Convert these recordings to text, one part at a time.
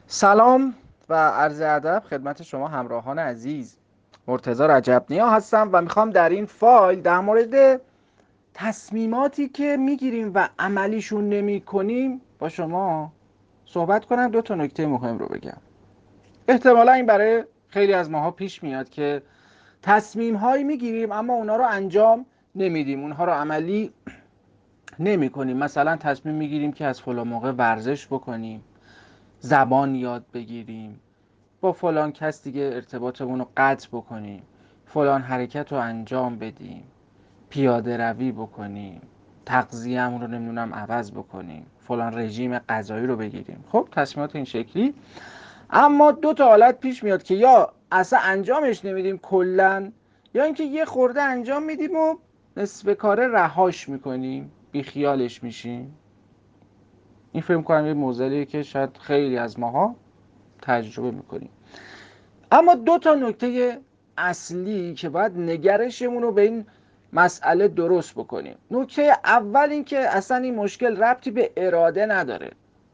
سلام و عرض ادب خدمت شما همراهان عزیز. مرتضی رجب‌نیا هستم و میخوام در این فایل در مورد تصمیماتی که میگیریم و عملیشون نمی کنیم با شما صحبت کنم. دو تا نکته مهم رو بگم. احتمالا این برای خیلی از ماها پیش میاد که تصمیم هایی میگیریم اما اونا رو انجام نمیدیم، اونها رو عملی نمی کنیم. مثلا تصمیم میگیریم که از فلان موقع ورزش بکنیم، زبان یاد بگیریم، با فلان کس دیگه ارتباطمون رو قطع بکنیم، فلان حرکت رو انجام بدیم، پیاده روی بکنیم، تغذیه‌مون رو نمیدونم عوض بکنیم، فلان رژیم غذایی رو بگیریم. خب تصمیمات این شکلی. اما دو تا حالت پیش میاد که یا اصلا انجامش نمیدیم کلا، یا اینکه یه خورده انجام میدیم و نصف کاره رهاش میکنیم، بیخیالش میشیم. این فکر کنم یه موزلیه که شاید خیلی از ماها تجربه میکنیم. اما دو تا نکته اصلی که باید نگرشمون رو به این مسئله درست بکنیم. نکته اول این که اصلا این مشکل ربطی به اراده نداره.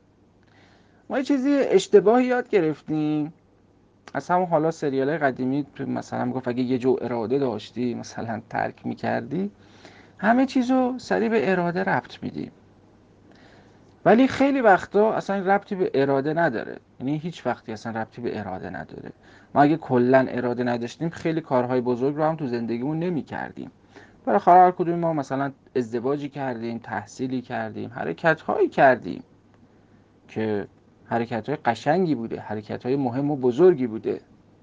ما یه چیزی اشتباهی یاد گرفتیم از همون حالا سریال قدیمی، مثلا میگفت اگه یه جو اراده داشتی مثلا ترک میکردی، همه چیزو سریع به اراده ربط میدیم. ولی خیلی وقتا اصلا ربطی به اراده نداره، یعنی هیچ وقتی اصلا ربطی به اراده نداره. ما اگه کلا اراده نداشتیم خیلی کارهای بزرگ رو هم تو زندگیمون نمی کردیم. برای هر کدوم ما مثلا ازدواجی کردیم، تحصیلی کردیم، حرکت‌هایی کردیم که حرکت‌های قشنگی بوده، حرکت‌های مهم و بزرگی بوده.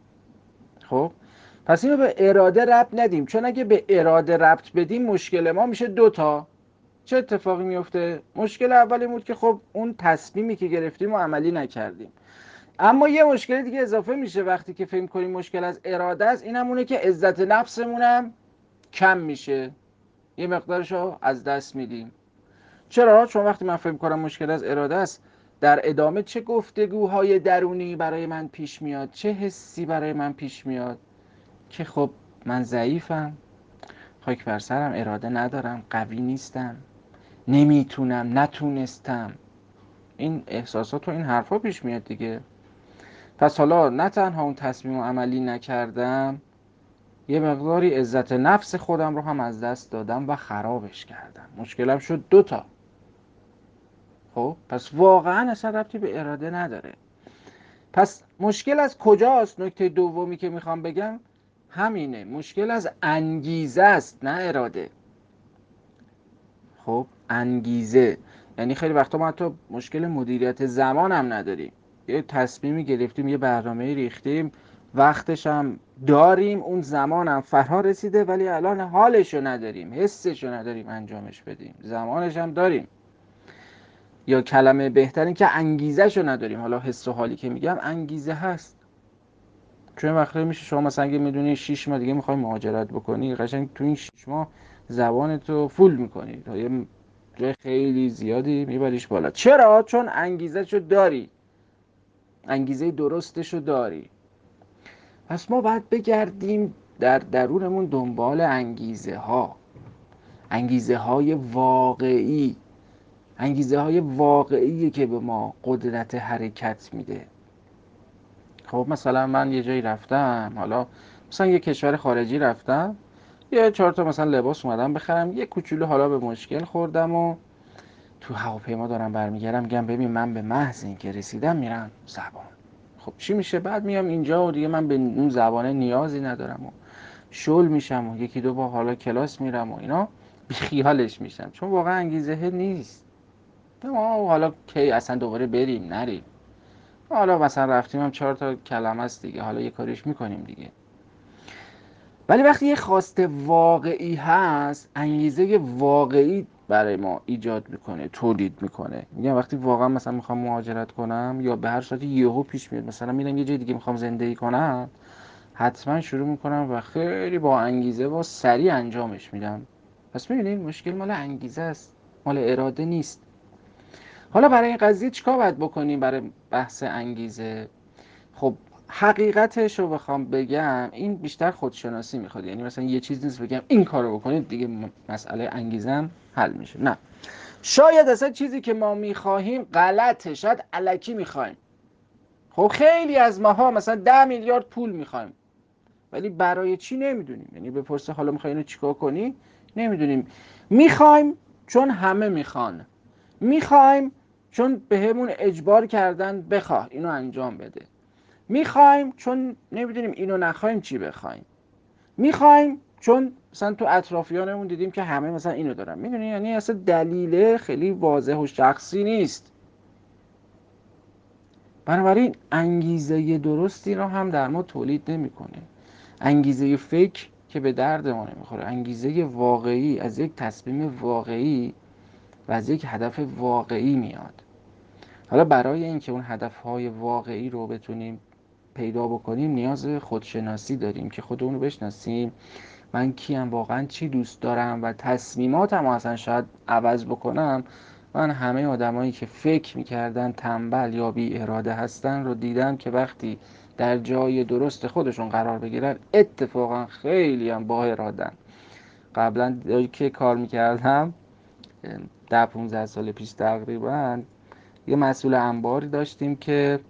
خب پس اینو به اراده ربط ندیم، چون اگه به اراده ربط بدیم مشکل ما میشه دوتا. چه اتفاقی میفته؟ مشکل اول این بود که خب اون تصمیمی که گرفتیم و عملی نکردیم. اما یه مشکل دیگه اضافه میشه وقتی که فهم کنیم مشکل از اراده است، این همونه که عزت نفسمون هم کم میشه، یه مقدارشو از دست میدیم. چرا؟ چون وقتی من فهم کنم مشکل از اراده است، در ادامه چه گفتگوهای درونی برای من پیش میاد، چه حسی برای من پیش میاد که خب من ضعیفم، خاک بر سرم، اراده ندارم، قوی نیستم، نمیتونم، نتونستم. این احساسات و این حرفا پیش میاد دیگه. پس حالا نه تنها اون تصمیم رو عملی نکردم، یه مقداری عزت نفس خودم رو هم از دست دادم و خرابش کردم. مشکلم شد دوتا. خب پس واقعا اصلا ربطی به اراده نداره. پس مشکل از کجاست؟ نکته دومی که میخوام بگم همینه، مشکل از انگیزه است نه اراده. خب انگیزه، یعنی خیلی وقتا ما حتی مشکل مدیریت زمان هم نداریم، یه تصمیمی گرفتیم، یه برنامه ریختیم، وقتش هم داریم، اون زمان هم فرا رسیده، ولی الان حالشو نداریم، حسشو نداریم انجامش بدیم، زمانش هم داریم، یا کلمه بهترین که انگیزهشو نداریم. حالا حس و حالی که میگم انگیزه هست، چون وقتی میشه شما مثلا اگه میدونی 6 ماه دیگه میخوای مهاجرت بکنی، قشنگ تو این 6 ماه زبانتو فول میکنی، تا یه جای خیلی زیادی میبریش بالا. چرا؟ چون انگیزهشو داری، انگیزه درستشو داری. پس ما باید بگردیم در درونمون دنبال انگیزه های واقعی، انگیزه های واقعی که به ما قدرت حرکت میده. خب مثلا من یه جایی رفتم، حالا مثلا یه کشور خارجی رفتم، یه 4 تا مثلا لباس اومدم بخرم، یه کوچولو حالا به مشکل خوردم و تو هواپیما دارم برمیگردم، میگم ببین من به محض اینکه رسیدم میرم زبان. خب چی میشه؟ بعد میام اینجا و دیگه من به اون زبانه نیازی ندارم و شل میشم و یکی دو بار حالا کلاس میرم و اینا، بیخیالش میشم، چون واقعا انگیزه نیست. ما حالا کی اصلا دوباره بریم نریم، حالا مثلا رفتیم هم 4 تا کلمه است دیگه، حالا یه کاریش میکنیم دیگه. ولی وقتی یه خواست واقعی هست، انگیزه واقعی برای ما ایجاد میکنه، تولید میکنه. میگم وقتی واقعا مثلا میخوام مهاجرت کنم، یا به هر صورت یهو پیش میاد مثلا میرم یه جای دیگه میخوام زندگی کنم، حتما شروع میکنم و خیلی با انگیزه و سریع انجامش میدم. پس میبینید مشکل مال انگیزه است، مال اراده نیست. حالا برای این قضیه چیکار باید بکنیم برای بحث انگیزه؟ خب حقیقتش رو بخوام بگم این بیشتر خودشناسی میخواد، یعنی مثلا یه چیز نیست بگم این کارو بکنید دیگه مسئله انگیزم حل میشه. نه، شاید اصلا چیزی که ما میخواهیم غلطه، شاید الکی میخوایم. خب خیلی از ماها مثلا 10 میلیارد پول میخوایم، ولی برای چی نمیدونیم. یعنی بپرسه حالا میخوای اینو چیکار کنی، نمیدونیم. میخوایم چون همه میخوان، میخوایم چون بهمون اجبار کردن بخواه اینو انجام بده، میخوایم چون نمیدونیم اینو نخوایم چی بخوایم، میخوایم چون مثلا تو اطرافیانمون دیدیم که همه مثلا اینو دارن. میدونی یعنی اصلا دلیل خیلی واضح و شخصی نیست. بنابراین انگیزه درستی رو هم در ما تولید نمیکنه. انگیزه فکر که به درد ما نمیخوره. انگیزه واقعی از یک تصمیم واقعی و از یک هدف واقعی میاد. حالا برای اینکه اون هدفهای واقعی رو بتونیم پیدا بکنیم نیاز خودشناسی داریم که خودمون رو بشناسیم. من کیم، واقعا چی دوست دارم و تصمیماتم رو اصلا شاید عوض بکنم. من همه آدمایی که فکر میکردن تنبل یا بی اراده هستن رو دیدم که وقتی در جای درست خودشون قرار بگیرن اتفاقا خیلی هم با ارادن. قبلا که کار میکردم 10-15 سال پیش تقریبا، یه مسئول انباری داشتیم که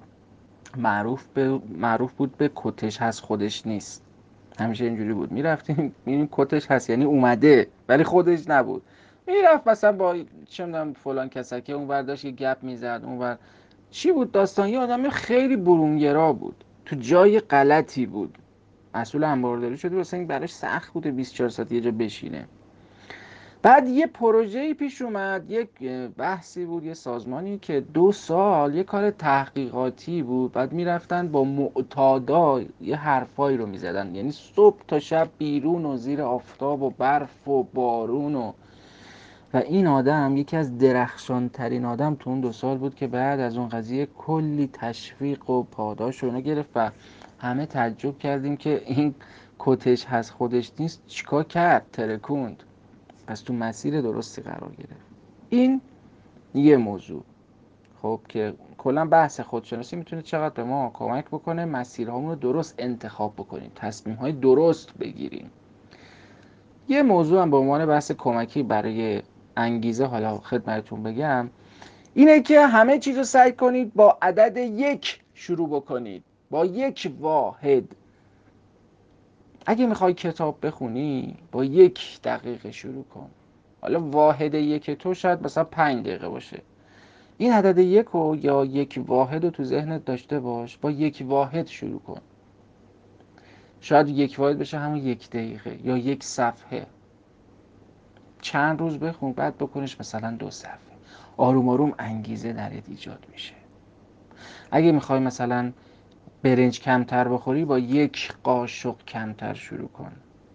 معروف بود به کتش هست خودش نیست. همیشه اینجوری بود، میرفتیم میبینیم کتش هست یعنی اومده ولی خودش نبود. میرفت مثلا با چه میدونم فلان کسکه اونور داشت یه گپ میزد، اونور چی بود داستان. یه آدمی خیلی برونگرا بود، تو جای غلطی بود، مسئول انبارداری شده، واسه این براش سخت بوده 24 ساعت یه جا بشینه. بعد یه پروژه‌ای پیش اومد، یک بحثی بود، یه سازمانی که 2 سال یه کار تحقیقاتی بود. بعد میرفتن با معتادا یه حرفایی رو میزدن، یعنی صبح تا شب بیرون و زیر آفتاب و برف و بارون و این آدم یکی از درخشان ترین آدم تو اون 2 سال بود که بعد از اون قضیه کلی تشویق و پاداش و اینا گرفت و همه تعجب کردیم که این کتش هست خودش نیست چیکار کرد، ترکوند. پس تو مسیر درستی قرار گرفت. این یه موضوع. خب که کلا بحث خودشناسی میتونه چقدر به ما کمک بکنه مسیرهامون رو درست انتخاب بکنیم، تصمیم‌های درست بگیریم. یه موضوع هم به عنوان بحث کمکی برای انگیزه حالا خدمتتون بگم، اینه که همه چیز رو سعی کنید با عدد 1 شروع بکنید، با 1 واحد. اگه میخوای کتاب بخونی با 1 دقیقه شروع کن. حالا واحد 1 تو شاید مثلا 5 دقیقه باشه. این عدد 1 رو یا 1 واحد رو تو ذهنت داشته باش، با 1 واحد شروع کن. شاید 1 واحد بشه همون 1 دقیقه یا 1 صفحه. چند روز بخون، بعد بکنش مثلا 2 صفحه. آروم آروم انگیزه درت ایجاد میشه. اگه میخوای مثلا برنج کمتر بخوری با 1 قاشق کمتر شروع کن.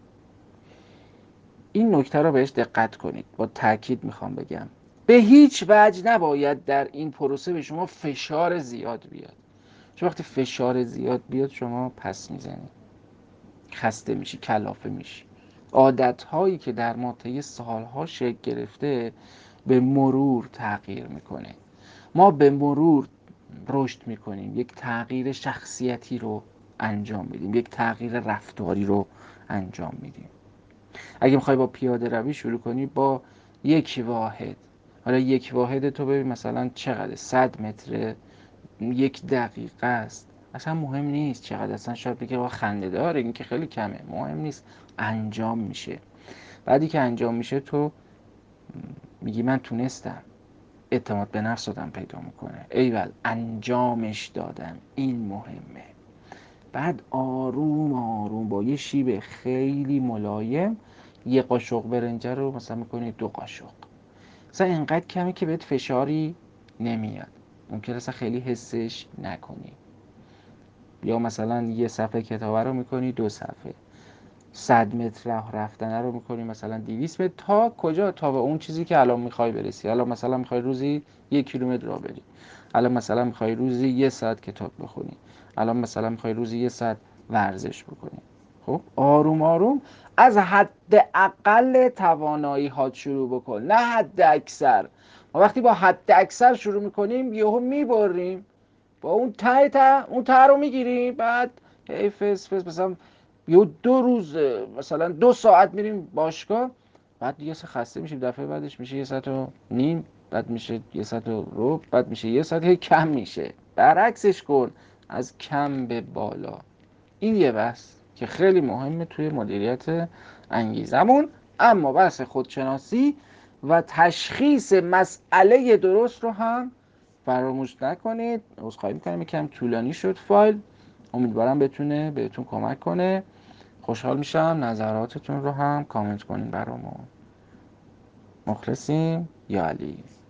این نکته رو بهش دقت کنید، با تاکید میخوام بگم. به هیچ وجه نباید در این پروسه به شما فشار زیاد بیاد. چون وقتی فشار زیاد بیاد شما پس میزنی، خسته میشی، کلافه میشی. عادت هایی که در ما طی سالها شکل گرفته به مرور تغییر میکنه. ما به مرور رشد میکنیم، یک تغییر شخصیتی رو انجام میدیم، یک تغییر رفتاری رو انجام میدیم. اگه میخوای با پیاده روی شروع کنی با 1 واحد، حالا 1 واحد تو ببین مثلا چقدر، 100 متر، 1 دقیقه است، اصلا مهم نیست چقدر. اصلا شاید بگه با خنده داره این که خیلی کمه، مهم نیست، انجام میشه. بعدی که انجام میشه تو میگی من تونستم، اعتماد به نفس آدم پیدا میکنه، ایول انجامش دادم، این مهمه. بعد آروم آروم با یه شیب خیلی ملایم 1 قاشق برنجه رو مثلا میکنی 2 قاشق. مثلا اینقدر کمی که بهت فشاری نمیاد، ممکنه اصلا خیلی حسش نکنی. یا مثلا 1 صفحه کتابه رو میکنی 2 صفحه، 100 متر راه رفتنه رو میکنی مثلا 200 متر. تا کجا؟ تا به اون چیزی که الان میخوای برسی. الان مثلا میخوای روزی 1 کیلومتر راه بری، الان مثلا میخوای روزی 1 ساعت کتاب بخونی، الان مثلا میخوای روزی 1 ساعت ورزش بکنی. خب آروم آروم از حد اقل توانایی هات شروع بکن، نه حد اکثر. ما وقتی با حد اکثر شروع میکنیم یهو میبریم، با اون اون ته رو میگیریم، بعد هی فس مثلا یه 2 روز مثلا 2 ساعت میریم باشگاه، بعد دیگه خسته میشیم، دفعه بعدش میشه 1 ساعت و نیم، بعد میشه 1 ساعت و ربع، بعد میشه 1 ساعت، هی کم میشه. برعکسش کن، از کم به بالا. این یه بحث که خیلی مهمه توی مدیریت انگیزمون. اما بحث خودشناسی و تشخیص مسئله درست رو هم فراموش نکنید. عذرخواهی میکنم یکم طولانی شد فایل، امیدوارم بتونه بهتون کمک کنه. خوشحال میشم نظراتتون رو هم کامنت کنین برامون. مخلصیم. یا علی.